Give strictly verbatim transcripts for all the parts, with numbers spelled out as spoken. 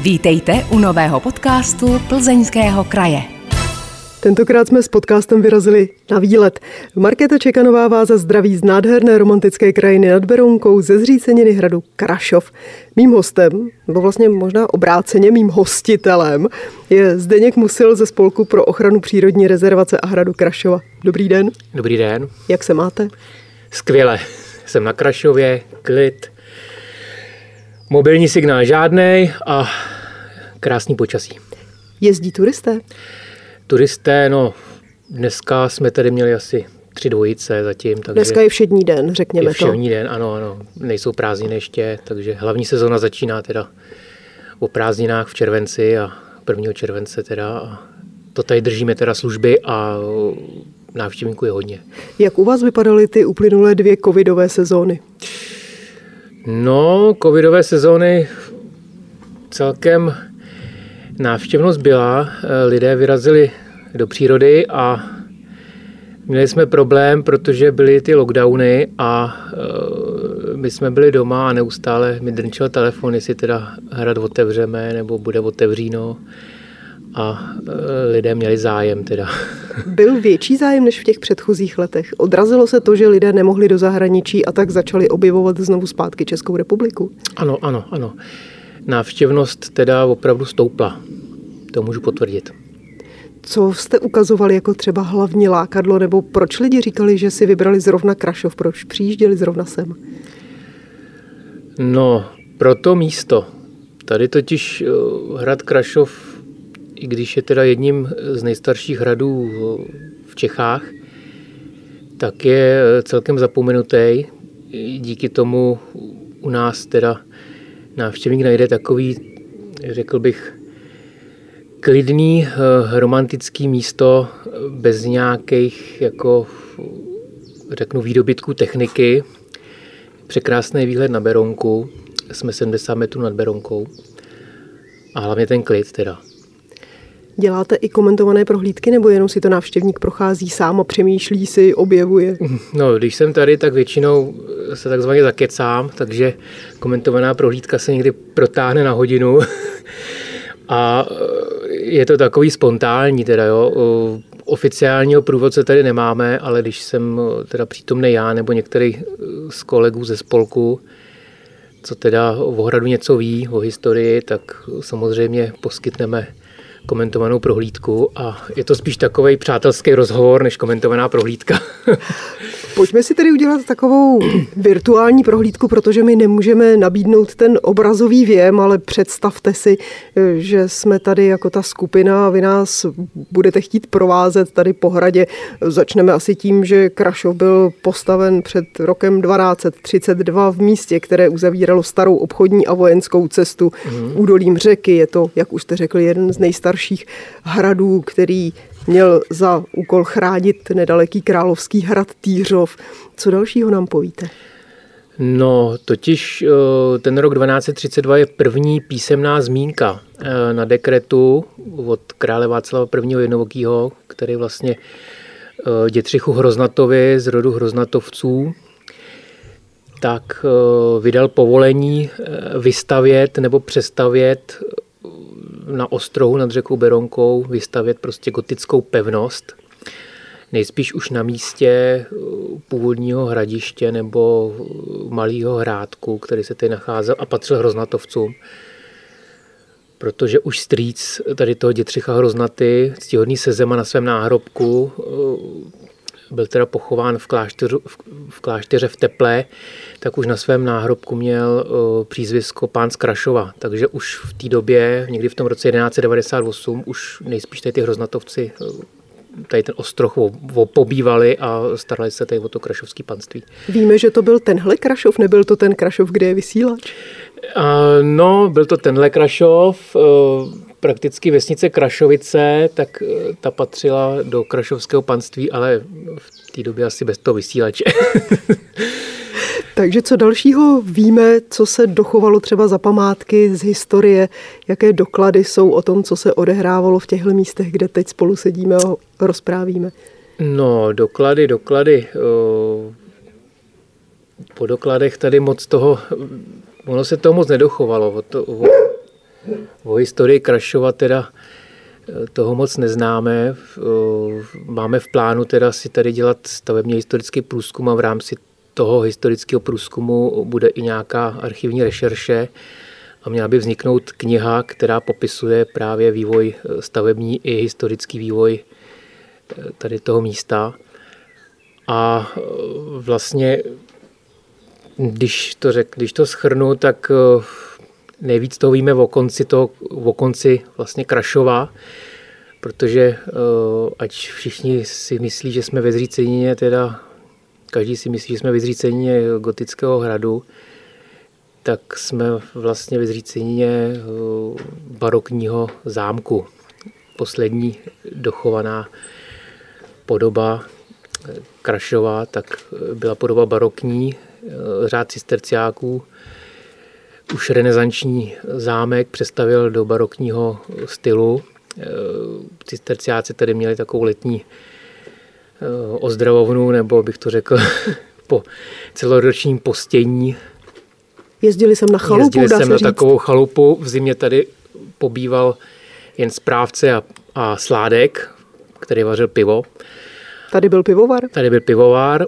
Vítejte u nového podcastu Plzeňského kraje. Tentokrát jsme s podcastem vyrazili na výlet. Markéta Čekanová vás zdraví z nádherné romantické krajiny nad Berounkou ze zříceniny hradu Krašov. Mým hostem, nebo vlastně možná obráceně mým hostitelem, je Zdeněk Musil ze Spolku pro ochranu přírodní rezervace a hradu Krašova. Dobrý den. Dobrý den. Jak se máte? Skvěle. Jsem na Krašově, klid, mobilní signál žádnej a krásný počasí. Jezdí turisté? Turisté, no, dneska jsme tady měli asi tři dvojice zatím. Takže dneska je všední den, řekněme to. Je všední den, ano, ano. Nejsou prázdniny ještě, takže hlavní sezóna začíná teda o prázdninách v červenci a prvního července teda. A to tady držíme teda služby a návštěvníků je hodně. Jak u vás vypadaly ty uplynulé dvě covidové sezóny? No, covidové sezóny celkem návštěvnost byla. Lidé vyrazili do přírody a měli jsme problém, protože byly ty lockdowny a my jsme byli doma a neustále mi drnčil telefon, jestli teda hrad otevřeme nebo bude otevříno. A lidé měli zájem teda. Byl větší zájem než v těch předchozích letech? Odrazilo se to, že lidé nemohli do zahraničí a tak začali objevovat znovu zpátky Českou republiku? Ano, ano, ano. Návštěvnost teda opravdu stoupla. To můžu potvrdit. Co jste ukazovali jako třeba hlavní lákadlo, nebo proč lidi říkali, že si vybrali zrovna Krašov, proč přijížděli zrovna sem? No, pro to místo. Tady totiž hrad Krašov, i když je teda jedním z nejstarších hradů v Čechách, tak je celkem zapomenutý. Díky tomu u nás teda návštěvník najde takový, řekl bych, klidný, romantický místo bez nějakých, jako řeknu, výdobytků techniky. Překrásný výhled na Berounku. Jsme sedmdesát metrů nad Berounkou. A hlavně ten klid teda. Děláte i komentované prohlídky, nebo jenom si to návštěvník prochází sám a přemýšlí si, objevuje? No, když jsem tady, tak většinou se takzvaně zakecám, takže komentovaná prohlídka se někdy protáhne na hodinu. A je to takový spontánní teda, jo. Oficiálního průvodce tady nemáme, ale když jsem teda přítomný já nebo některý z kolegů ze spolku, co teda o hradu něco ví, o historii, tak samozřejmě poskytneme komentovanou prohlídku a je to spíš takovej přátelský rozhovor, než komentovaná prohlídka. Pojďme si tedy udělat takovou virtuální prohlídku, protože my nemůžeme nabídnout ten obrazový věm, ale představte si, že jsme tady jako ta skupina a vy nás budete chtít provázet tady po hradě. Začneme asi tím, že Krašov byl postaven před rokem dvanáct třicet dva v místě, které uzavíralo starou obchodní a vojenskou cestu mm. údolím řeky. Je to, jak už jste řekli, jeden z nejstarších hradů, který měl za úkol chránit nedaleký královský hrad Týřov. Co dalšího nám povíte? No, totiž ten rok dvanáct třicet dva je první písemná zmínka na dekretu od krále Václava prvního. Jednovokýho, který vlastně Dětřichu Hroznatovi z rodu Hroznatovců tak vydal povolení vystavět nebo přestavět na ostrohu nad řekou Berounkou, vystavět prostě gotickou pevnost. Nejspíš už na místě původního hradiště nebo malého hrádku, který se tady nacházel a patřil Hroznatovcům. Protože už strýc tady toho Dětřicha Hroznaty, ctihodný Sezema na svém náhrobku, byl teda pochován v, klášteru, v klášteře v Teplé, tak už na svém náhrobku měl uh, přízvisko pán z Krašova. Takže už v té době, někdy v tom roce jedenáct devadesát osm, už nejspíš tady ty Hroznatovci uh, tady ten ostroh opobývali a starali se tady o to krašovský panství. Víme, že to byl tenhle Krašov, nebyl to ten Krašov, kde je vysílač? Uh, no, byl to tenhle Krašov, uh, prakticky vesnice Krašovice, tak ta patřila do krašovského panství, ale v té době asi bez toho vysílače. Takže co dalšího víme, co se dochovalo třeba za památky z historie, jaké doklady jsou o tom, co se odehrávalo v těchto místech, kde teď spolu sedíme a rozprávíme? No, doklady, doklady. Po dokladech tady moc toho, ono se toho moc nedochovalo. O to, o, O historii Krašova teda toho moc neznáme. Máme v plánu teda si tady dělat stavebně historický průzkum a v rámci toho historického průzkumu bude i nějaká archivní rešerše a měla by vzniknout kniha, která popisuje právě vývoj stavební i historický vývoj tady toho místa. A vlastně, když to, řek, když to shrnu, tak nejvíc toho víme o konci, toho, o konci vlastně Krašova, protože ať všichni si myslí, že jsme ve Zřícenině, teda každý si myslí, že jsme ve Zřícenině gotického hradu, tak jsme vlastně ve Zřícenině barokního zámku. Poslední dochovaná podoba Krašova, tak byla podoba barokní, řád cisterciáků. Už renesanční zámek přestavil do barokního stylu. Cisterciáci tady měli takovou letní ozdravovnu, nebo bych to řekl, po celoročním postění. Jezdili jsem na chalupu, Jezdili dá jsem se na říct. takovou chalupu. V zimě tady pobýval jen správce a, a Sládek, který vařil pivo. Tady byl pivovar? Tady byl pivovar.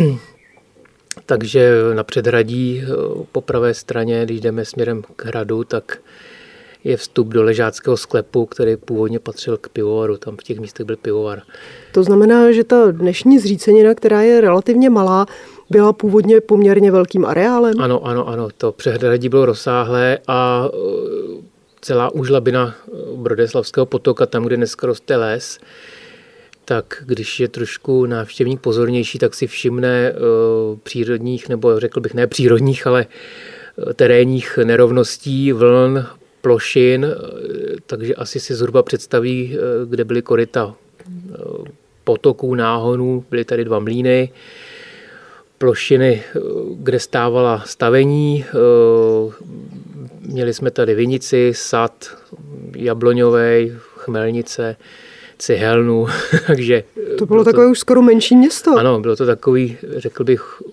Takže na předhradí po pravé straně, když jdeme směrem k hradu, tak je vstup do ležáckého sklepu, který původně patřil k pivovaru. Tam v těch místech byl pivovar. To znamená, že ta dnešní Zřícenina, která je relativně malá, byla původně poměrně velkým areálem? Ano, ano, ano. To předhradí bylo rozsáhlé a celá úžlabina Brodeslavského potoka, tam, kde dneska roste les, tak když je trošku návštěvník pozornější, tak si všimne uh, přírodních, nebo řekl bych ne přírodních, ale terénních nerovností, vln, plošin, takže asi si zhruba představí, kde byly koryta potoků, náhonů, byly tady dva mlýny, plošiny, kde stávala stavení, měli jsme tady vinici, sad, jabloňovej, chmelnice, cihelnu, takže... To bylo takové to, už skoro menší město. Ano, bylo to takový, řekl bych,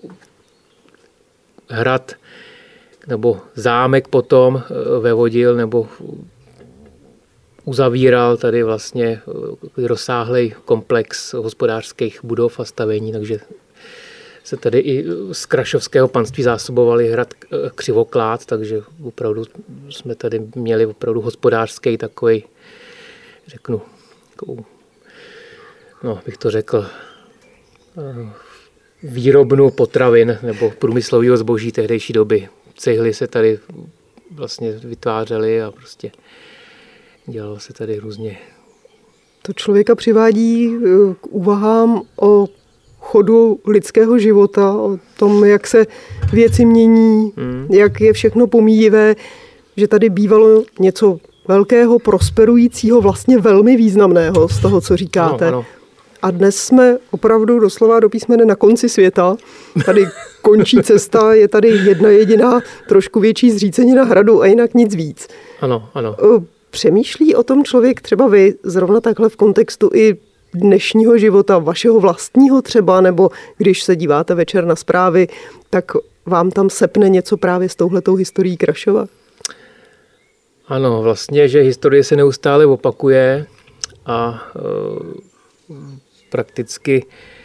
hrad, nebo zámek potom vevodil, nebo uzavíral tady vlastně rozsáhlý komplex hospodářských budov a stavení, takže se tady i z krašovského panství zásobovali hrad Křivoklád, takže opravdu jsme tady měli opravdu hospodářský takový, řeknu, takovou, no bych to řekl, výrobnu potravin nebo průmyslového zboží tehdejší doby. Cihly se tady vlastně vytvářely a prostě dělalo se tady různě. To člověka přivádí k úvahám o chodu lidského života, o tom, jak se věci mění, hmm. jak je všechno pomíjivé, že tady bývalo něco velkého, prosperujícího, vlastně velmi významného z toho, co říkáte. Ano, ano. A dnes jsme opravdu doslova do písmene na konci světa. Tady končí cesta, je tady jedna jediná, trošku větší Zřícenina hradu a jinak nic víc. Ano, ano. Přemýšlí o tom člověk třeba vy zrovna takhle v kontextu i dnešního života, vašeho vlastního třeba, nebo když se díváte večer na zprávy, tak vám tam sepne něco právě s touhletou historií Krašova? Ano, vlastně, že historie se neustále opakuje a e, prakticky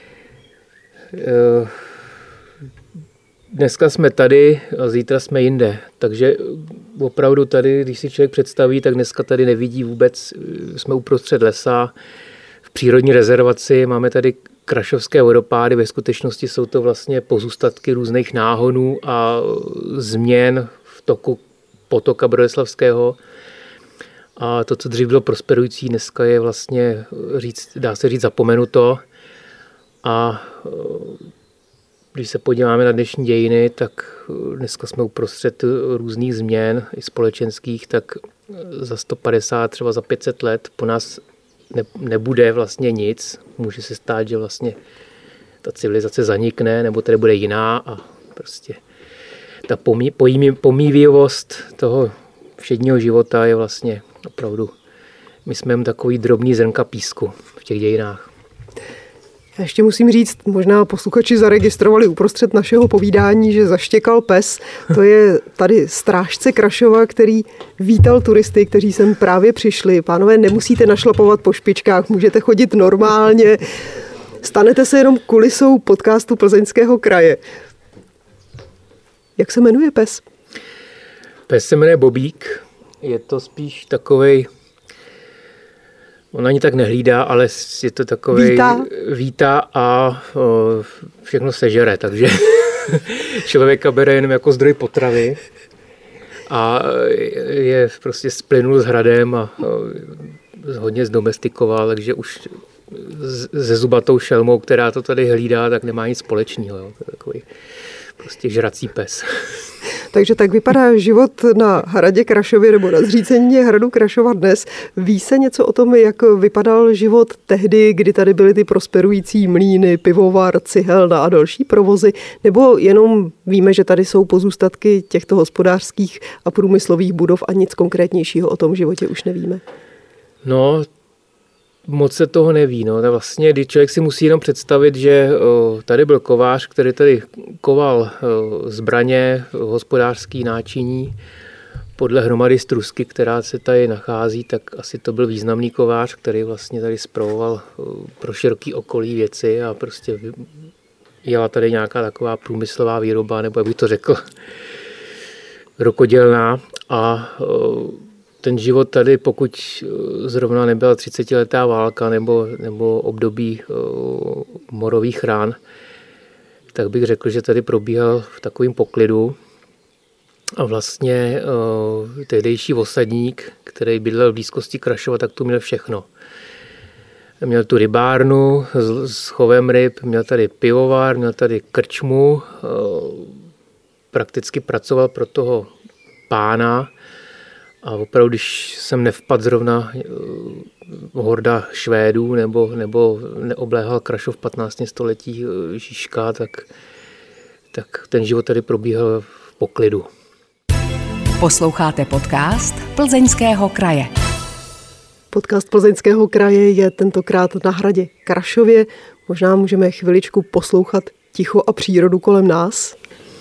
e, dneska jsme tady a zítra jsme jinde. Takže opravdu tady, když si člověk představí, tak dneska tady nevidí vůbec, jsme uprostřed lesa, v přírodní rezervaci, máme tady krašovské vodopády, ve skutečnosti jsou to vlastně pozůstatky různých náhonů a změn v toku potoka Brodeslavského. A to, co dřív bylo prosperující, dneska je vlastně, říct, dá se říct, zapomenuto. A když se podíváme na dnešní dějiny, tak dneska jsme uprostřed různých změn i společenských, tak za sto padesát, třeba za pět set let po nás ne, nebude vlastně nic. Může se stát, že vlastně ta civilizace zanikne, nebo tady bude jiná a prostě ta pomí, pomíjivost toho všedního života je vlastně opravdu, my jsme jen takový drobný zrnka písku v těch dějinách. Já ještě musím říct, možná posluchači zaregistrovali uprostřed našeho povídání, že zaštěkal pes. To je tady strážce Krašova, který vítal turisty, kteří sem právě přišli. Pánové, nemusíte našlapovat po špičkách, můžete chodit normálně. Stanete se jenom kulisou podcastu Plzeňského kraje. Jak se jmenuje pes? Pes se jmenuje Bobík. Je to spíš takovej, on ani tak nehlídá, ale je to takovej Vítá, vítá a o, všechno sežere, takže člověka bere jenom jako zdroj potravy a je prostě splynul s hradem a o, hodně zdomestikoval, takže už se zubatou šelmou, která to tady hlídá, tak nemá nic společného. Jo. To je takový prostě žrací pes. Takže tak vypadá život na hradě Krašově nebo na zřícenině hradu Krašova dnes. Ví se něco o tom, jak vypadal život tehdy, kdy tady byly ty prosperující mlýny, pivovar, cihelna a další provozy? Nebo jenom víme, že tady jsou pozůstatky těchto hospodářských a průmyslových budov a nic konkrétnějšího o tom životě už nevíme? No, moc se toho neví. No. Vlastně, když člověk si musí jenom představit, že o, tady byl kovář, který tady koval o, zbraně, o, hospodářský náčiní podle hromady strusky, která se tady nachází, tak asi to byl významný kovář, který vlastně tady spravoval o, pro široký okolí věci a prostě jela tady nějaká taková průmyslová výroba, nebo jak bych to řekl, rokodělná a o, ten život tady, pokud zrovna nebyla třicetiletá válka nebo, nebo období o, morových rán, tak bych řekl, že tady probíhal v takovém poklidu. A vlastně o, tehdejší osadník, který bydlel v blízkosti Krašova, tak tu měl všechno. Měl tu rybárnu s, s chovem ryb, měl tady pivovar, měl tady krčmu, o, prakticky pracoval pro toho pána. A opravdu, když jsem nevpadl zrovna horda Švédů nebo, nebo neobléhal Krašov v patnáctém století Žižka, tak, tak ten život tady probíhal v poklidu. Posloucháte podcast Plzeňského kraje. Podcast Plzeňského kraje je tentokrát na hradě Krašově. Možná můžeme chviličku poslouchat ticho a přírodu kolem nás.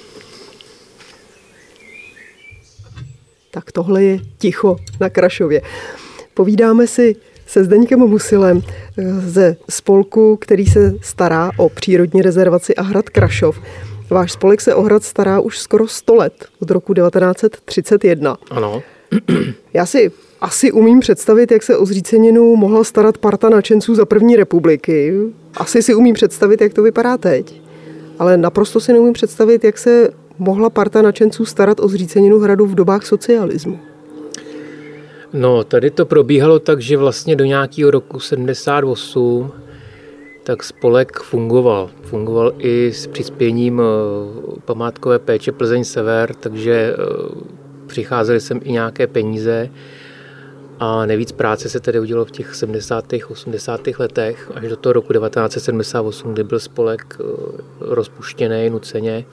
Tak tohle je ticho na Krašově. Povídáme si se Zdeňkem Musilem ze spolku, který se stará o přírodní rezervaci a hrad Krašov. Váš spolek se o hrad stará už skoro sto let, od roku devatenáct set třicet jedna. Ano. Já si asi umím představit, jak se o zříceninu mohla starat parta nadšenců za první republiky. Asi si umím představit, jak to vypadá teď. Ale naprosto si neumím představit, jak se mohla parta nadšenců starat o zříceninu hradu v dobách socialismu. No, tady to probíhalo tak, že vlastně do nějakého roku sedmdesát osm tak spolek fungoval. Fungoval i s přispěním památkové péče Plzeň Sever, takže přicházely sem i nějaké peníze a nejvíc práce se tedy udělalo v těch sedmdesátých osmdesátých letech až do toho roku devatenáct set sedmdesát osm, kdy byl spolek rozpuštěný nuceně.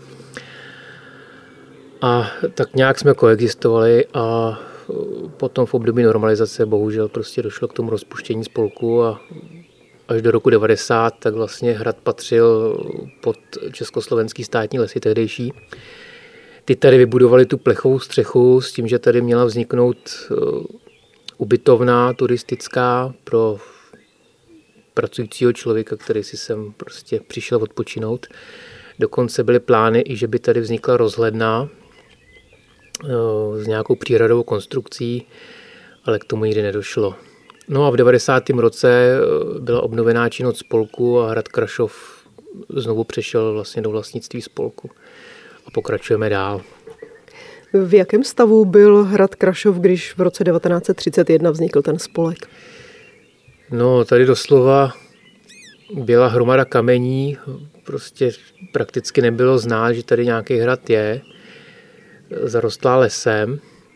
A tak nějak jsme koexistovali a potom v období normalizace bohužel prostě došlo k tomu rozpuštění spolku a až do roku devadesát tak vlastně hrad patřil pod Československý státní lesy tehdejší. Ty tady vybudovali tu plechovou střechu s tím, že tady měla vzniknout ubytovna turistická pro pracujícího člověka, který si sem prostě přišel odpočinout. Dokonce byly plány i, že by tady vznikla rozhledna s nějakou přírodovou konstrukcí, ale k tomu nikdy nedošlo. No a v devadesátém roce byla obnovená činnost spolku a hrad Krašov znovu přešel vlastně do vlastnictví spolku a pokračujeme dál. V jakém stavu byl hrad Krašov, když v roce devatenáct set třicet jedna vznikl ten spolek? No, tady doslova byla hromada kamení, prostě prakticky nebylo znát, že tady nějaký hrad je, zarostlá lesem.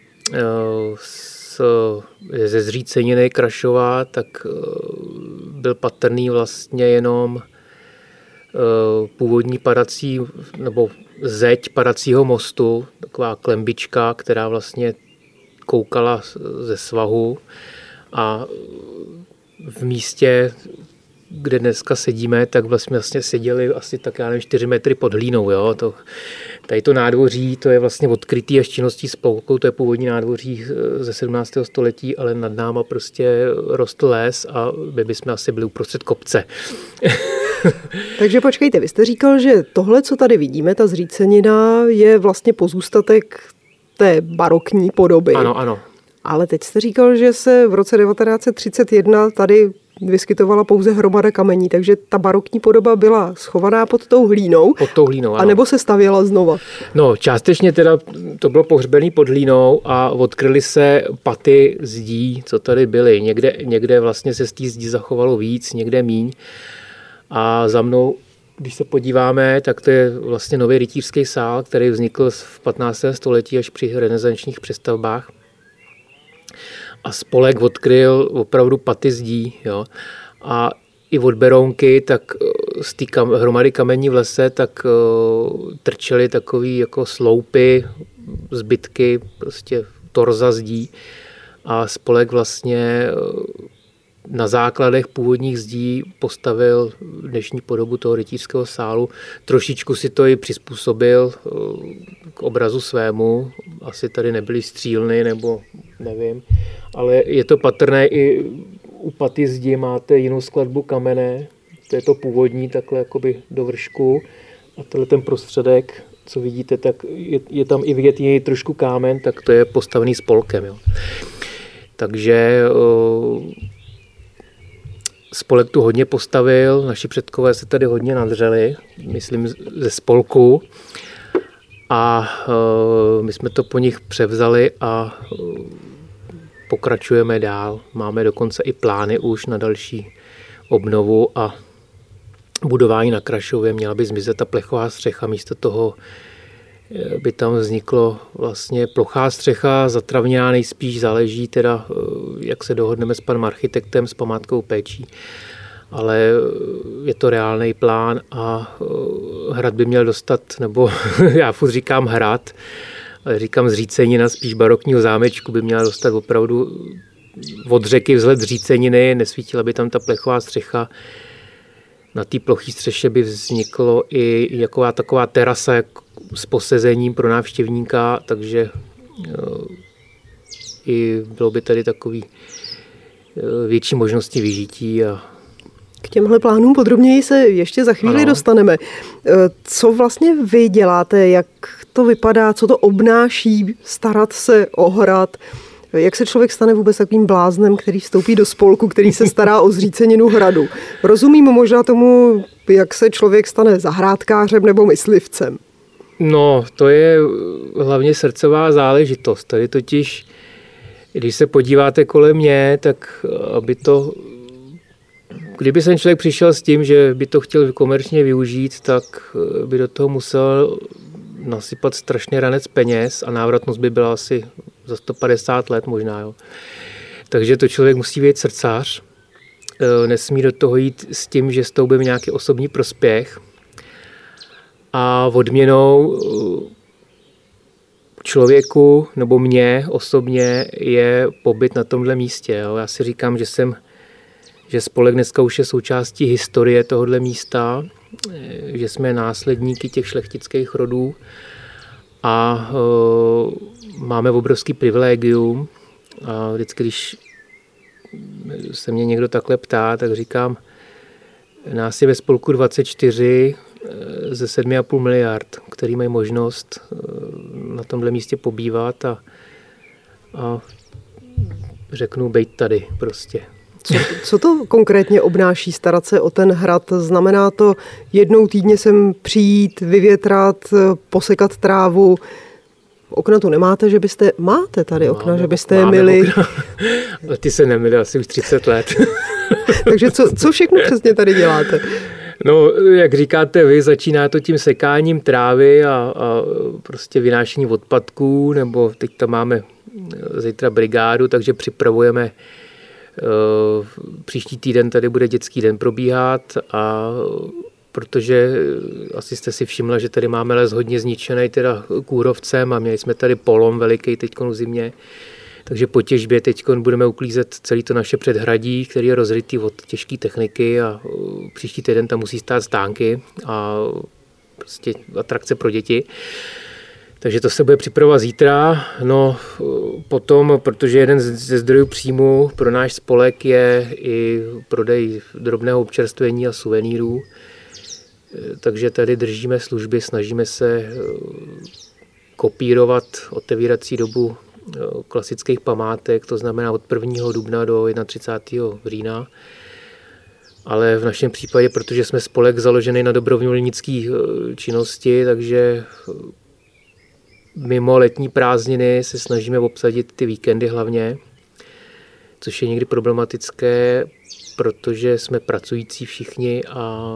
Ze zříceniny Krašova tak byl patrný vlastně jenom původní padací, nebo zeď padacího mostu, taková klembička, která vlastně koukala ze svahu a v místě kde dneska sedíme, tak vlastně, vlastně seděli asi tak, já nevím, čtyři metry pod hlínou. Jo? To, tady to nádvoří, to je vlastně odkrytý až činností spolkou, to je původní nádvoří ze sedmnáctého století, ale nad náma prostě rostl les a my bychom asi byli uprostřed kopce. Takže počkejte, vy jste říkal, že tohle, co tady vidíme, ta zřícenina, je vlastně pozůstatek té barokní podoby. Ano, ano. Ale teď jste říkal, že se v roce devatenáct set třicet jedna tady vyskytovala pouze hromada kamení, takže ta barokní podoba byla schovaná pod tou hlínou. Pod tou hlínou, ano. A nebo se stavěla znova? No, částečně teda to bylo pohřbený pod hlínou a odkryly se paty zdí, co tady byly. Někde, někde vlastně se z té zdí zachovalo víc, někde míň. A za mnou, když se podíváme, tak to je vlastně nový rytířský sál, který vznikl v patnáctém století až při renesančních přestavbách. A spolek odkryl opravdu paty zdí. Jo. A i od Berounky, tak z té kam, hromady kamení v lese, tak uh, trčely takový jako sloupy, zbytky, prostě torza zdí. A spolek vlastně uh, na základech původních zdí postavil dnešní podobu toho rytířského sálu. Trošičku si to i přizpůsobil k obrazu svému. Asi tady nebyly střílny, nebo nevím. Ale je to patrné i u paty zdi máte jinou skladbu kamene. To je to původní, takhle jakoby do vršku. A tenhle ten prostředek, co vidíte, tak je, je tam i vidět je trošku kámen, tak to je postavený spolkem. Jo. Takže spolek tu hodně postavil, naši předkové se tady hodně nadřeli, myslím ze spolku. A uh, my jsme to po nich převzali a uh, pokračujeme dál. Máme dokonce i plány už na další obnovu a budování na Krašově. Měla by zmizet ta plechová střecha, místo toho by tam vzniklo vlastně plochá střecha, zatravněná nejspíš, záleží teda, jak se dohodneme s panem architektem, s památkou péčí. Ale je to reálný plán a hrad by měl dostat, nebo já furt říkám hrad, ale říkám zřícenina, spíš barokního zámečku by měla dostat opravdu od řeky vzhled zříceniny, nesvítila by tam ta plechová střecha. Na té ploché střeše by vzniklo i jaková taková terasa jak s posezením pro návštěvníka, takže jo, i bylo by tady takový jo, větší možnosti vyžití. A... K těmhle plánům podrobněji se ještě za chvíli ano. dostaneme. Co vlastně vy děláte, jak to vypadá, co to obnáší starat se o hrad? Jak se člověk stane vůbec takovým bláznem, který vstoupí do spolku, který se stará o zříceninu hradu? Rozumím možná tomu, jak se člověk stane zahrádkářem nebo myslivcem. No, to je hlavně srdcová záležitost. Tady totiž, když se podíváte kolem mě, tak aby to... Kdyby sem člověk přišel s tím, že by to chtěl komerčně využít, tak by do toho musel nasypat strašně ranec peněz a návratnost by byla asi za sto padesát let možná. Jo. Takže to člověk musí být srdcař. Nesmí do toho jít s tím, že s tou bude nějaký osobní prospěch. A odměnou člověku nebo mě osobně je pobyt na tomhle místě. Jo. Já si říkám, že jsem, že spolek dneska už je součástí historie tohohle místa, že jsme následníky těch šlechtických rodů a uh, máme obrovský privilegium. A vždycky, když se mě někdo takhle ptá, tak říkám, nás je ve spolku dvacet čtyři ze sedm a půl miliard, který mají možnost na tomhle místě pobývat a, a řeknu, bejt tady prostě. Co, co to konkrétně obnáší starat se o ten hrad? Znamená to jednou týdně sem přijít, vyvětrat, posekat trávu? Okna tu nemáte, že byste... Máte tady okna, máme, že byste je myli? Ale ty se nemyli asi už třicet let. Takže co, co všechno přesně tady děláte? No, jak říkáte vy, začíná to tím sekáním trávy a, a prostě vynášení odpadků, nebo teď tam máme zítra brigádu, takže připravujeme uh, příští týden tady bude dětský den probíhat a protože asi jste si všimla, že tady máme les hodně zničený teda kůrovcem a měli jsme tady polom veliký teď v zimě. Takže po těžbě teď budeme uklízet celé to naše předhradí, který je rozrytý od těžké techniky a příští týden tam musí stát stánky a prostě atrakce pro děti. Takže to se bude připravovat zítra. No potom, protože jeden ze zdrojů příjmu pro náš spolek je i prodej drobného občerstvení a suvenýrů. Takže tady držíme služby, snažíme se kopírovat otevírací dobu klasických památek, to znamená od prvního dubna do třicátého prvního října. Ale v našem případě, protože jsme spolek založený na dobrovolnické činnosti, takže mimo letní prázdniny se snažíme obsadit ty víkendy hlavně, což je někdy problematické, protože jsme pracující všichni a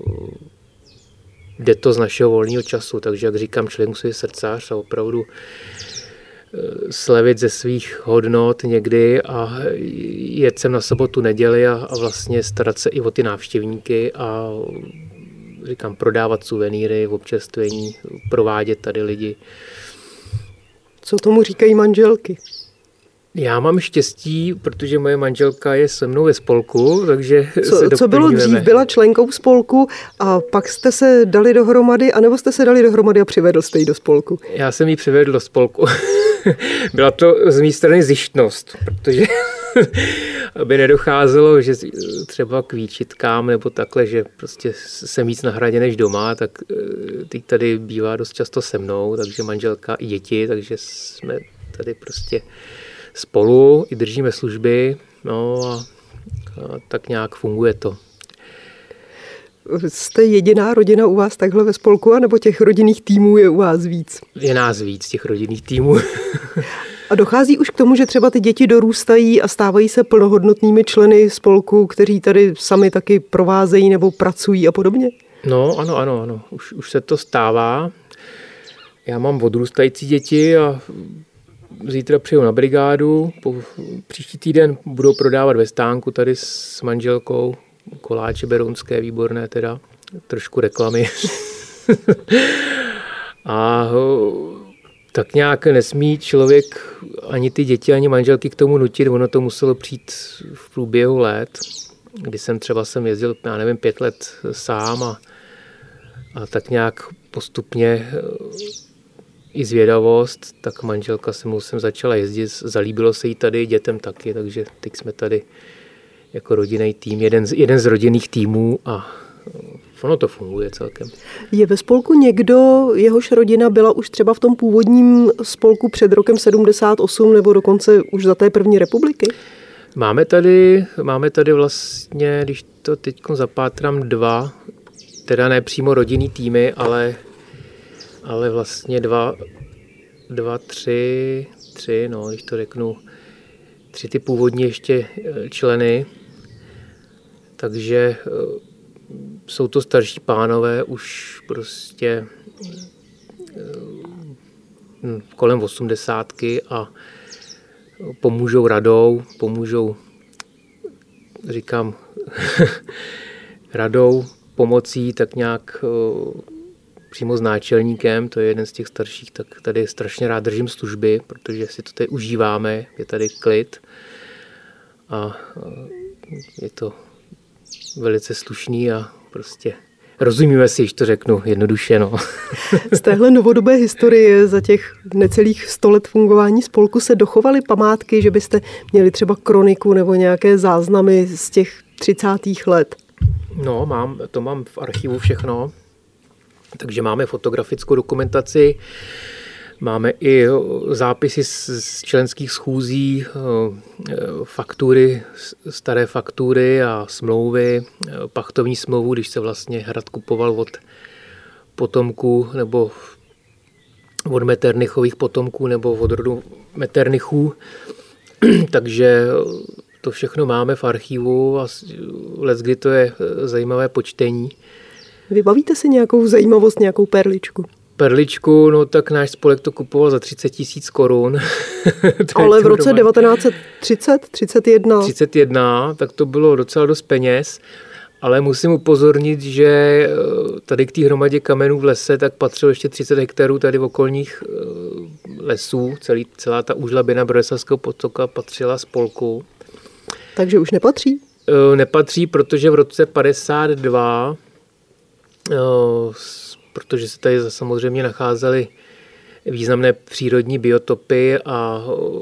jde to z našeho volného času. Takže, jak říkám, člověk musí být srdcař a opravdu slevit ze svých hodnot někdy a jet sem na sobotu, neděli a, a vlastně starat se i o ty návštěvníky a říkám, prodávat suvenýry, občerstvení, provádět tady lidi. Co tomu říkají manželky? Já mám štěstí, protože moje manželka je se mnou ve spolku, takže co, se co bylo dřív? Byla členkou spolku a pak jste se dali dohromady, anebo jste se dali dohromady a přivedl jste ji do spolku? Já jsem ji přivedl do spolku. Byla to z mé strany zištnost, protože aby nedocházelo, že třeba k výčitkám nebo takhle, že prostě jsem víc na hradě než doma, tak teď tady bývá dost často se mnou, takže manželka i děti, takže jsme tady prostě spolu i držíme služby, no a, a tak nějak funguje to. Jste jediná rodina u vás takhle ve spolku, anebo těch rodinných týmů je u vás víc? Je nás víc, těch rodinných týmů. A dochází už k tomu, že třeba ty děti dorůstají a stávají se plnohodnotnými členy spolku, kteří tady sami taky provázejí nebo pracují a podobně? No, ano, ano, ano. Už, už se to stává. Já mám odrůstající děti a zítra přijdu na brigádu. Po, příští týden budou prodávat ve stánku tady s manželkou. Koláče berounské, výborné teda. Trošku reklamy. A tak nějak nesmí člověk ani ty děti, ani manželky k tomu nutit. Ono to muselo přijít v průběhu let, kdy jsem třeba jsem jezdil, já nevím, pět let sám a, a tak nějak postupně i zvědavost, tak manželka se mnou jsem začala jezdit, zalíbilo se jí tady, dětem taky, takže teď jsme tady jako rodinný tým, jeden z, jeden z rodinných týmů a ono to funguje celkem. Je ve spolku někdo, jehož rodina byla už třeba v tom původním spolku před rokem sedmdesát osm nebo dokonce už za té první republiky? Máme tady, máme tady vlastně, když to teď zapátrám, dva, teda ne přímo rodinný týmy, ale, ale vlastně dva, dva, tři, tři, no, když to řeknu, tři ty původní ještě členy, takže jsou to starší pánové už prostě kolem osmdesátky a pomůžou radou, pomůžou, říkám, radou, pomocí, tak nějak přímo s náčelníkem, to je jeden z těch starších, tak tady strašně rád držím služby, protože si to tady užíváme, je tady klid a je to velice slušný a prostě rozumíme si, když to řeknu jednoduše. No. Z téhle novodobé historie za těch necelých sto let fungování spolku se dochovaly památky, že byste měli třeba kroniku nebo nějaké záznamy z těch třicátých let? No, mám, to mám v archivu všechno, takže máme fotografickou dokumentaci, máme i zápisy z členských schůzí, faktury, staré faktury a smlouvy, pachtovní smlouvu, když se vlastně hrad kupoval od potomků nebo od Metternichových potomků nebo od rodu Metternichů. Takže to všechno máme v archivu a leckdy to je zajímavé počtení. Vybavíte si nějakou zajímavost, nějakou perličku? Perličku, no tak náš spolek to kupoval za třicet tisíc korun. Ale v roce devatenáct set třicet, třicet jedna? třicet jedna, tak to bylo docela dost peněz. Ale musím upozornit, že tady k té hromadě kamenů v lese tak patřilo ještě třicet hektarů tady v okolních lesů. Celý, celá ta úžlabina Brodeslavského potoka patřila spolku. Takže už nepatří? Nepatří, protože v roce padesát dva, protože se tady samozřejmě nacházely významné přírodní biotopy a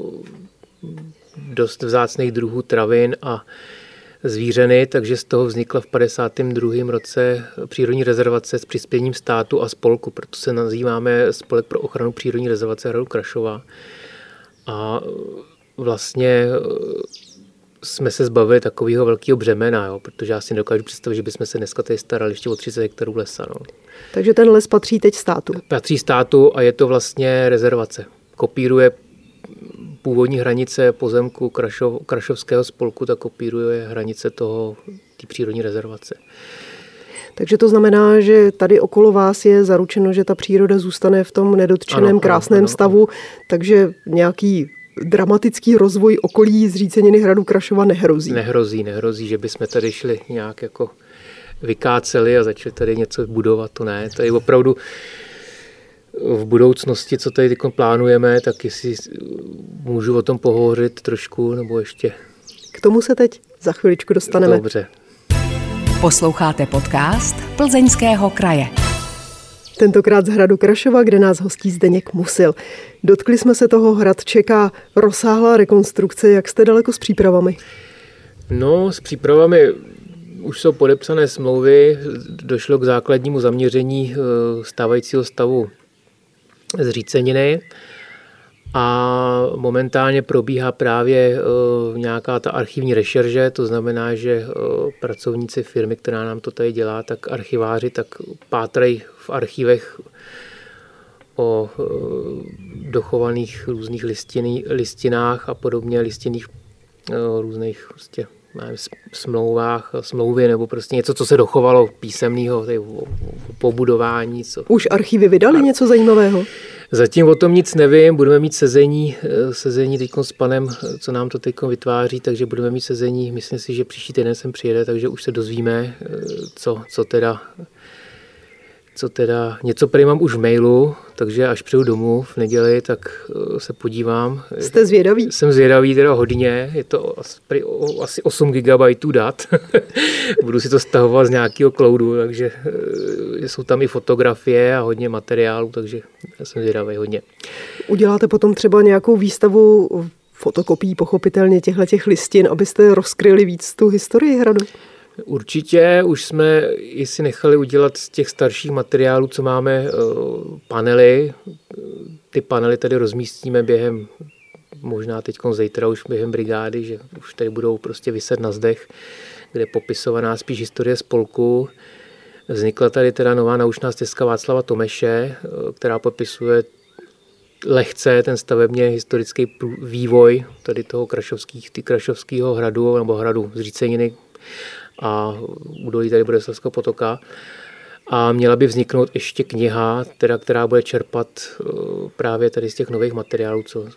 dost vzácných druhů travin a zvířeny, takže z toho vznikla v padesátém druhém roce přírodní rezervace s přispěním státu a spolku, proto se nazýváme Spolek pro ochranu přírodní rezervace hradu Krašova. A vlastně jsme se zbavili takového velkého břemena, jo, protože já si nedokážu představit, že bychom se dneska tady starali ještě o třicet hektarů lesa. No. Takže ten les patří teď státu? Patří státu a je to vlastně rezervace. Kopíruje původní hranice pozemku Krašov, Krašovského spolku, tak kopíruje hranice toho, té přírodní rezervace. Takže to znamená, že tady okolo vás je zaručeno, že ta příroda zůstane v tom nedotčeném ano, krásném ano, stavu, ano. Takže nějaký dramatický rozvoj okolí zříceniny hradu Krašova nehrozí. Nehrozí, nehrozí, že bychom tady šli nějak jako vykáceli a začali tady něco budovat, to ne. To je opravdu v budoucnosti, co tady teď plánujeme, tak jestli můžu o tom pohovořit trošku, nebo ještě. K tomu se teď za chviličku dostaneme. Dobře. Posloucháte podcast Plzeňského kraje. Tentokrát z hradu Krašova, kde nás hostí Zdeněk Musil. Dotkli jsme se toho, hrad čeká rozsáhlá rekonstrukce. Jak jste daleko s přípravami? No, s přípravami už jsou podepsané smlouvy, došlo k základnímu zaměření stávajícího stavu zříceniny a momentálně probíhá právě nějaká ta archivní rešerže, to znamená, že pracovníci firmy, která nám to tady dělá, tak archiváři, tak pátrají v archivech o dochovaných různých listiny, listinách a podobně, listinných různých prostě smlouvách, smlouvy nebo prostě něco, co se dochovalo písemného pobudování. Co... Už archivy vydali a... něco zajímavého? Zatím o tom nic nevím, budeme mít sezení, sezení teď s panem, co nám to teď vytváří, takže budeme mít sezení, myslím si, že příští týden sem přijede, takže už se dozvíme, co, co teda co teda, něco prý mám už v mailu, takže až přijdu domů v neděli, tak se podívám. Jste zvědavý? Jsem zvědavý teda hodně, je to asi, asi osm gigabajtů dat. Budu si to stahovat z nějakého cloudu, takže jsou tam i fotografie a hodně materiálu, takže jsem zvědavý hodně. Uděláte potom třeba nějakou výstavu fotokopií pochopitelně těchto listin, abyste rozkryli víc tu historii hradu? Určitě, už jsme si nechali udělat z těch starších materiálů, co máme, panely. Ty panely tady rozmístíme během, možná teď zítra už během brigády, že už tady budou prostě viset na zdech, kde je popisovaná spíš historie spolku. Vznikla tady teda nová naučná stezka Václava Tomeše, která popisuje lehce ten stavebně historický vývoj tady toho krašovských, ty krašovského hradu nebo hradu zříceniny a údolí tady Brodeslavského potoka. A měla by vzniknout ještě kniha, teda, která bude čerpat právě tady z těch nových materiálů, co,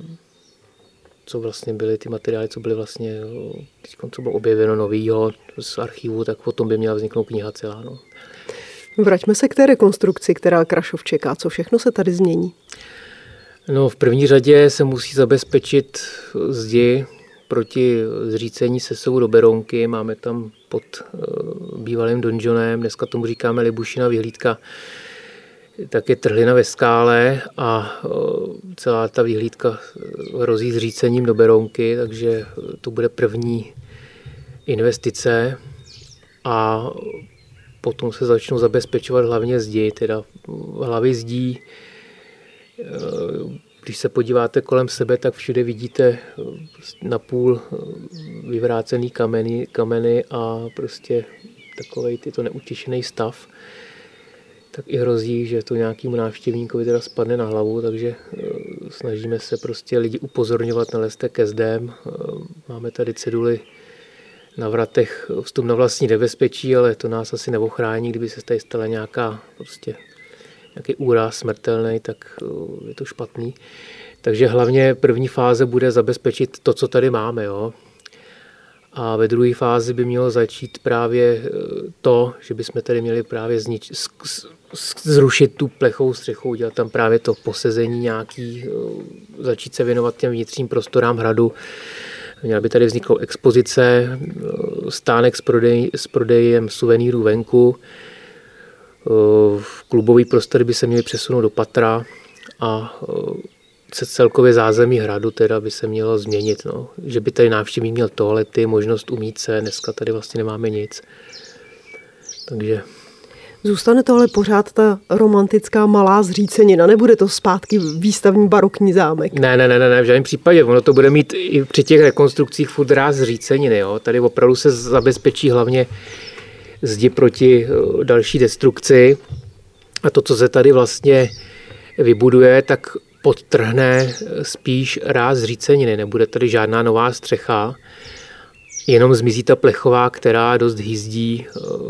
co vlastně byly ty materiály, co byly vlastně, co bylo objeveno novýho z archivu, tak potom by měla vzniknout kniha celá. No. Vraťme se k té rekonstrukci, která Krašov čeká. Co všechno se tady změní? No, v první řadě se musí zabezpečit zdi proti zřícení sesuvu do Berounky. Máme tam pod uh, bývalým donžonem, dneska tomu říkáme Libušina vyhlídka, tak je trhlina ve skále a uh, celá ta vyhlídka hrozí zřícením do Berounky, takže to bude první investice a potom se začnou zabezpečovat hlavně zdi, teda hlavy zdí. Uh, Když se podíváte kolem sebe, tak všude vidíte napůl vyvrácený kameny, kameny a prostě takovej tyto neutěšený stav. Tak i hrozí, že to nějakému návštěvníkovi teda spadne na hlavu, takže snažíme se prostě lidi upozorňovat, nelezte ke zdem. Máme tady ceduly na vratech vstup na vlastní nebezpečí, ale to nás asi neochrání, kdyby se tady stala nějaká prostě nějaký úraz smrtelný, tak je to špatný. Takže hlavně první fáze bude zabezpečit to, co tady máme. Jo? A ve druhé fázi by mělo začít právě to, že bychom tady měli právě znič, zrušit tu plechovou střechu, udělat tam právě to posezení nějaký, začít se věnovat těm vnitřním prostorám hradu. Měla by tady vzniknout expozice, stánek s, prodej, s prodejem suvenýrů venku, klubový prostory by se měly přesunout do patra a celkově zázemí hradu teda by se mělo změnit. No. Že by tady návštěvník měl toalety, možnost umýt se, dneska tady vlastně nemáme nic. Takže... Zůstane to ale pořád ta romantická malá zřícenina, nebude to zpátky výstavní barokní zámek? Ne, ne, ne, ne, v žádném případě. Ono to bude mít i při těch rekonstrukcích furt ráz zříceniny. Jo. Tady opravdu se zabezpečí hlavně zdi proti další destrukci. A to, co se tady vlastně vybuduje, tak podtrhne spíš ráz zříceniny. Nebude tady žádná nová střecha, jenom zmizí ta plechová, která dost hýzdí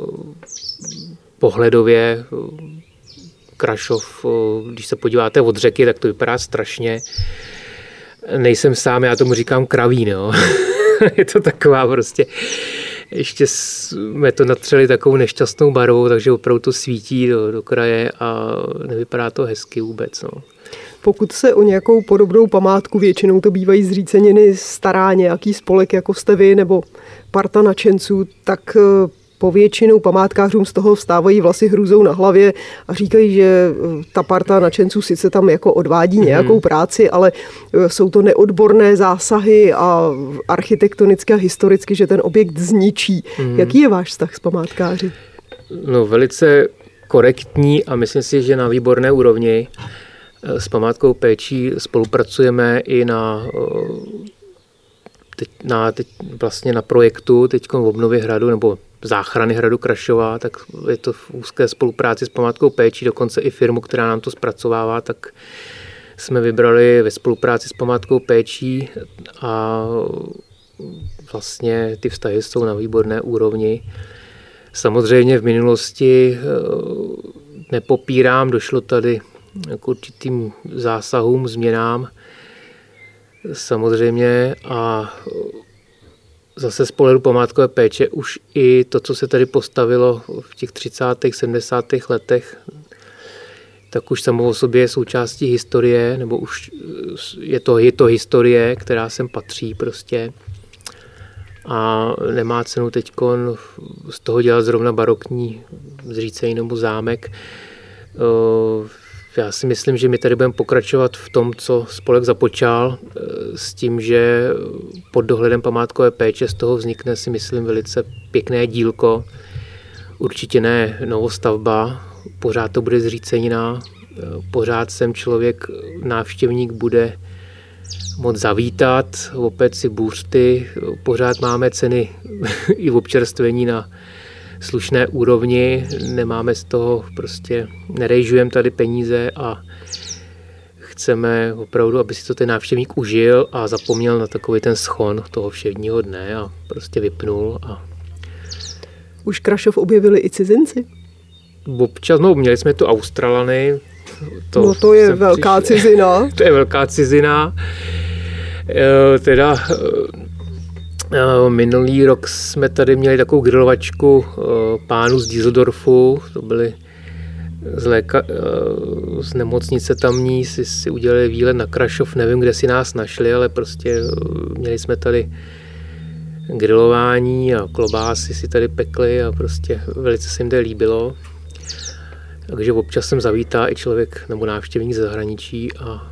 pohledově. Krašov, když se podíváte od řeky, tak to vypadá strašně. Nejsem sám, já tomu říkám kravín. Jo. Je to taková prostě... Ještě jsme to natřeli takovou nešťastnou barvou, takže opravdu to svítí do, do kraje a nevypadá to hezky vůbec. No. Pokud se o nějakou podobnou památku, většinou to bývají zříceniny, stará nějaký spolek, jako jste vy, nebo parta nadšenců, tak povětšinou památkářům z toho vstávají vlasy hrůzou na hlavě a říkají, že ta parta nadšenců sice tam jako odvádí nějakou mm. práci, ale jsou to neodborné zásahy a architektonicky a historicky, že ten objekt zničí. Mm. Jaký je váš vztah s památkáři? No, velice korektní a myslím si, že na výborné úrovni. S památkou péčí spolupracujeme i na, teď, na teď vlastně na projektu teď v obnově hradu nebo záchrany hradu Krašova, tak je to v úzké spolupráci s památkou péčí, dokonce i firmu, která nám to zpracovává, tak jsme vybrali ve spolupráci s památkou péčí a vlastně ty vztahy jsou na výborné úrovni. Samozřejmě v minulosti nepopírám, došlo tady k určitým zásahům, změnám samozřejmě a zase z pohledu památkové péče už i to, co se tady postavilo v těch třicátých, sedmdesátých letech, tak už samo o sobě je součástí historie, nebo už je to, je to historie, která sem patří prostě. A nemá cenu teďkon z toho dělat zrovna barokní zříceniny nebo zámek. Já si myslím, že my tady budeme pokračovat v tom, co spolek započal, s tím, že pod dohledem památkové péče z toho vznikne, si myslím, velice pěkné dílko. Určitě ne novostavba, pořád to bude zřícenina, pořád sem člověk, návštěvník bude moc zavítat, opět si bůřty, pořád máme ceny i v občerstvení na slušné úrovni, nemáme z toho prostě, nerejžujeme tady peníze a chceme opravdu, aby si to ten návštěvník užil a zapomněl na takový ten schon toho všedního dne a prostě vypnul. A... Už Krašov objevili i cizinci? Občas, no, měli jsme tu Australany. To no to je velká přišel. cizina. To je velká cizina. E, teda e, minulý rok jsme tady měli takovou grilovačku e, pánů z Düsseldorfu, to byli z, léka, e, z nemocnice tamní, si, si udělali výlet na Krašov, nevím, kde si nás našli, ale prostě e, měli jsme tady grilování a klobásy si tady pekli a prostě velice se jim to líbilo. Takže občas sem zavítá i člověk nebo návštěvník ze zahraničí a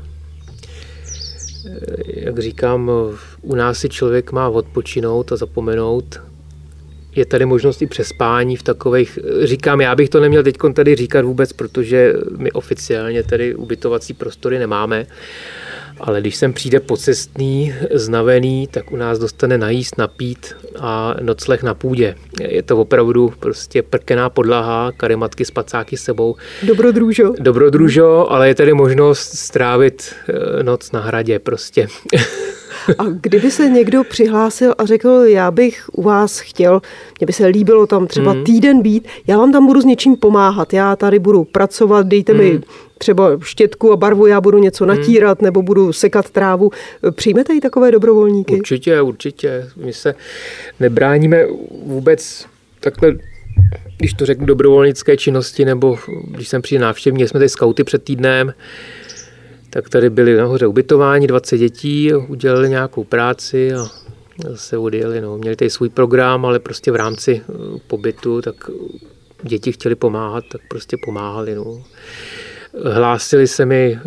jak říkám, u nás si člověk má odpočinout a zapomenout. Je tady možnost i přespání v takových, říkám, já bych to neměl teď tady říkat vůbec, protože my oficiálně tady ubytovací prostory nemáme, ale když sem přijde pocestný, znavený, tak u nás dostane najíst, napít a nocleh na půdě. Je to opravdu prostě prkená podlaha, karimatky s pacáky s sebou. Dobrodružo. Dobrodružo, ale je tady možnost strávit noc na hradě prostě. A kdyby se někdo přihlásil a řekl, já bych u vás chtěl, mně by se líbilo tam třeba mm. týden být, já vám tam budu s něčím pomáhat, já tady budu pracovat, dejte mm. mi třeba štětku a barvu, já budu něco natírat, mm. nebo budu sekat trávu. Přijmete i takové dobrovolníky? Určitě, určitě. My se nebráníme vůbec takhle, když to řeknu, dobrovolnické činnosti, nebo když jsem přijde návštěvní, jsme tady skauty před týdnem, tak tady byli nahoře ubytováni, dvacet dětí, udělali nějakou práci a zase odjeli. No. Měli tady svůj program, ale prostě v rámci pobytu, tak děti chtěli pomáhat, tak prostě pomáhali. No. Hlásili se mi,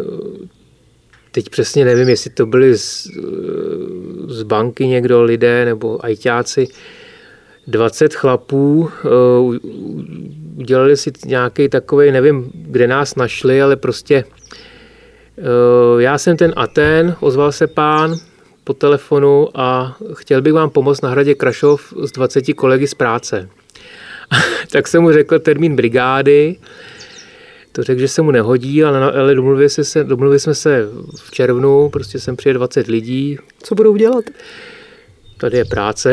teď přesně nevím, jestli to byli z, z banky někdo, lidé nebo ajťáci, dvacet chlapů, udělali si nějaký takový, nevím, kde nás našli, ale prostě já jsem ten a ten, ozval se pán po telefonu a chtěl bych vám pomoct na hradě Krašov s dvaceti kolegy z práce. Tak jsem mu řekl termín brigády, to řekl, že se mu nehodí, ale, ale domluvili, se, domluvili jsme se v červnu, prostě sem přijde dvacet lidí. Co budou dělat? Tady je práce.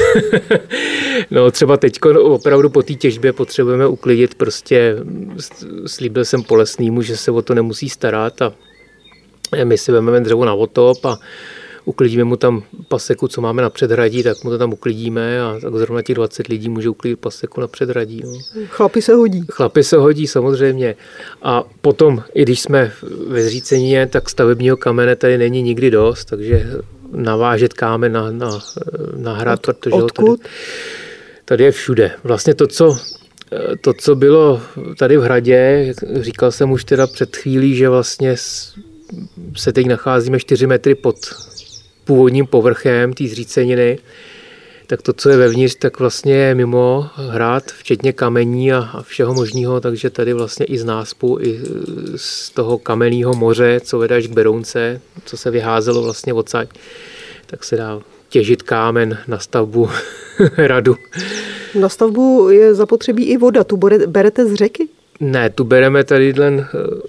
No třeba teď opravdu po té těžbě potřebujeme uklidit, prostě slíbil jsem Polesnýmu, že se o to nemusí starat a my si vezmeme dřevo na otop a uklidíme mu tam paseku, co máme na předhradí, tak mu to tam uklidíme a tak zrovna těch dvacet lidí může uklidit paseku na předhradí. No. Chlapi se hodí. Chlapi se hodí, samozřejmě. A potom, i když jsme ve Zřícenině, tak stavebního kamene tady není nikdy dost, takže navážet kámen na, na, na hrad, Od, protože odkud? Tady, tady je všude. Vlastně to co, to, co bylo tady v hradě, říkal jsem už teda před chvílí, že vlastně se teď nacházíme čtyři metry pod původním povrchem té Zříceniny, tak to, co je vevnitř, tak vlastně je mimo hrad, včetně kamení a, a všeho možného, takže tady vlastně i z náspu, i z toho kamenného moře, co vede až k Berounce, co se vyházelo vlastně odsaď, tak se dá těžit kámen na stavbu hradu. Na stavbu je zapotřebí i voda, tu berete z řeky? Ne, tu bereme tady jen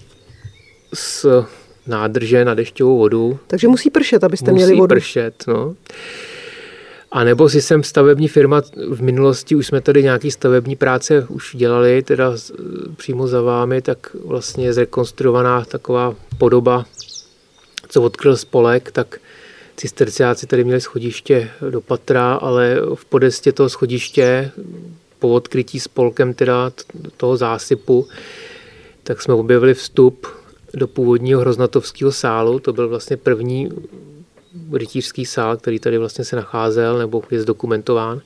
z nádrže na dešťovou vodu. Takže musí pršet, abyste musí měli vodu. Musí pršet, no. A nebo si jsem stavební firma, v minulosti už jsme tady nějaký stavební práce už dělali, teda přímo za vámi, tak vlastně zrekonstruovaná taková podoba, co odkryl spolek, tak cisterciáci tady měli schodiště do patra, ale v podestě toho schodiště po odkrytí spolkem teda toho zásypu, tak jsme objevili vstup do původního hroznatovského sálu. To byl vlastně první rytířský sál, který tady vlastně se nacházel nebo je zdokumentován.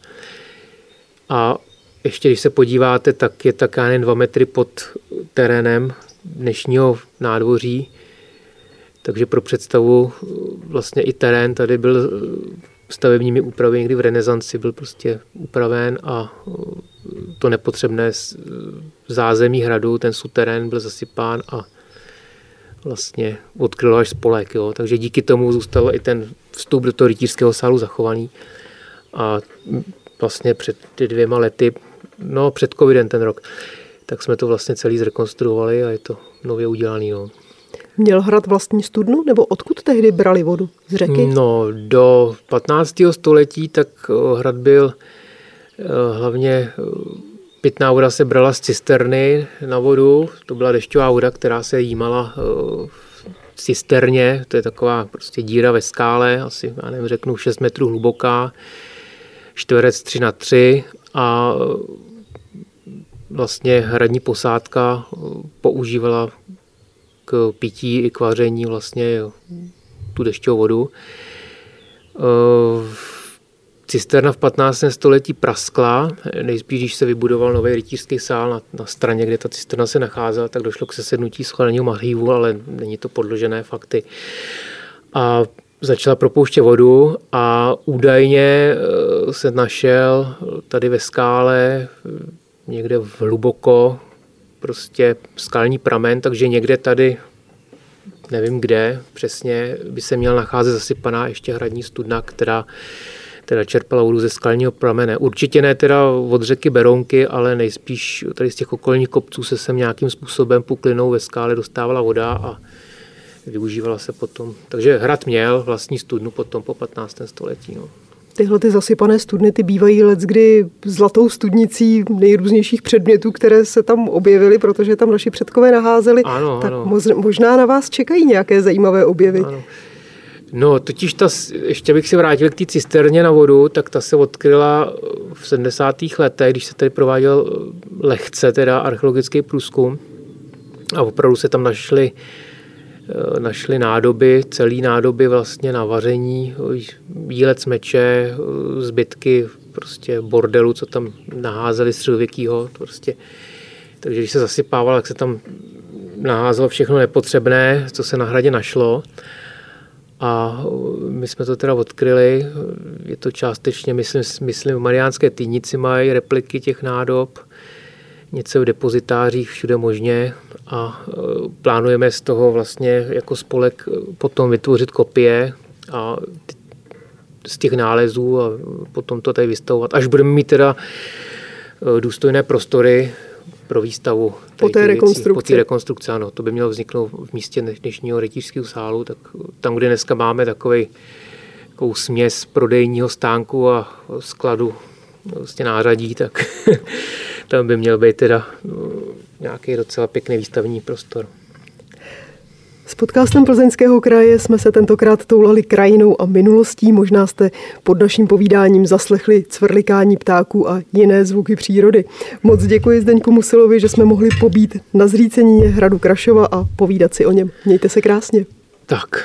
A ještě když se podíváte, tak je tak jen dva metry pod terénem dnešního nádvoří. Takže pro představu vlastně i terén tady byl stavebními úpravy někdy v renesanci byl prostě upraven a to nepotřebné zázemí hradu, ten suterén byl zasypán a vlastně odkryl až spolek. Jo. Takže díky tomu zůstal i ten vstup do toho rytířského sálu zachovaný. A vlastně před ty dvěma lety, no před covidem ten rok, tak jsme to vlastně celý zrekonstruovali a je to nově udělaný. No. Měl hrad vlastní studnu, nebo odkud tehdy brali vodu? Z řeky? No, do patnáctého století tak hrad byl hlavně pitná voda se brala z cisterny na vodu. To byla dešťová voda, která se jímala v cisterně. To je taková prostě díra ve skále, asi, já nevím, řeknu šest metrů hluboká, čtverec tři na tři a vlastně hradní posádka používala k pití i k vaření vlastně tu dešťovou vodu. Cisterna v patnáctém století praskla, nejspíš, když se vybudoval nový rytířský sál na, na straně, kde ta cisterna se nacházela, tak došlo k sesednutí schladného mařívu, ale není to podložené fakty. A začala propouštět vodu a údajně se našel tady ve skále někde hluboko prostě skalní pramen, takže někde tady, nevím kde přesně, by se měla nacházet zasypaná ještě hradní studna, která teda čerpala vodu ze skalního pramene. Určitě ne teda od řeky Berounky, ale nejspíš tady z těch okolních kopců se sem nějakým způsobem puklinou ve skále dostávala voda a využívala se potom. Takže hrad měl vlastní studnu potom po patnáctém století. No. Tyhle ty zasypané studny, ty bývají leckdy zlatou studnicí nejrůznějších předmětů, které se tam objevily, protože tam naši předkové naházeli. Ano, tak ano. Možná na vás čekají nějaké zajímavé objevy. Ano. No, totiž ta, ještě bych si vrátil k té cisterně na vodu, tak ta se odkryla v sedmdesátých letech, když se tady prováděl lehce teda archeologický průzkum a opravdu se tam našly našli nádoby, celý nádoby vlastně na vaření, jílec meče, zbytky prostě bordelu, co tam naházeli středověkýho. Prostě. Takže když se zasypával, tak se tam naházelo všechno nepotřebné, co se na hradě našlo. A my jsme to teda odkryli. Je to částečně, myslím, myslím v Mariánské Týnici mají repliky těch nádob, něco v depozitářích, všude možně a plánujeme z toho vlastně jako spolek potom vytvořit kopie a z těch nálezů a potom to tady vystavovat. Až budeme mít teda důstojné prostory pro výstavu. Po té rekonstrukci. Po té rekonstrukci, ano. To by mělo vzniknout v místě dnešního rytířského sálu, tak tam, kde dneska máme takový, takovou směs prodejního stánku a skladu vlastně nářadí, tak tam by měl být teda nějaký docela pěkný výstavní prostor. S podcastem Plzeňského kraje jsme se tentokrát toulali krajinou a minulostí. Možná jste pod naším povídáním zaslechli cvrlikání ptáků a jiné zvuky přírody. Moc děkuji Zdeňku Musilovi, že jsme mohli pobít na zřícenině hradu Krašova a povídat si o něm. Mějte se krásně. Tak.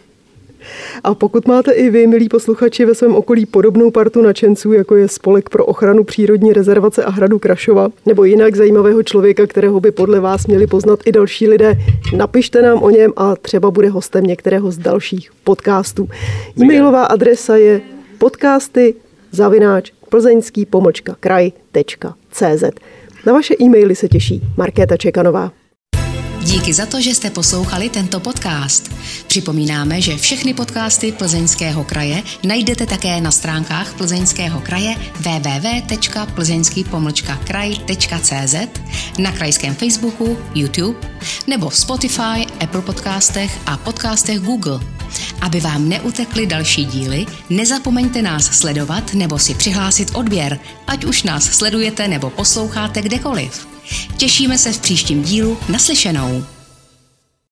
A pokud máte i vy, milí posluchači, ve svém okolí podobnou partu nadšenců, jako je Spolek pro ochranu přírodní rezervace a hradu Krašova, nebo jinak zajímavého člověka, kterého by podle vás měli poznat i další lidé, napište nám o něm a třeba bude hostem některého z dalších podcastů. E-mailová adresa je podcasty zavináč plzeňský pomlčka kraj tečka cé zet. Na vaše e-maily se těší Markéta Čekanová. Díky za to, že jste poslouchali tento podcast. Připomínáme, že všechny podcasty Plzeňského kraje najdete také na stránkách Plzeňského kraje w w w tečka plzeňský pomlčka kraj tečka cé zet, na krajském Facebooku, YouTube nebo v Spotify, Apple podcastech a podcastech Google. Aby vám neutekly další díly, nezapomeňte nás sledovat nebo si přihlásit odběr, ať už nás sledujete nebo posloucháte kdekoliv. Těšíme se v příštím dílu. Naslyšenou.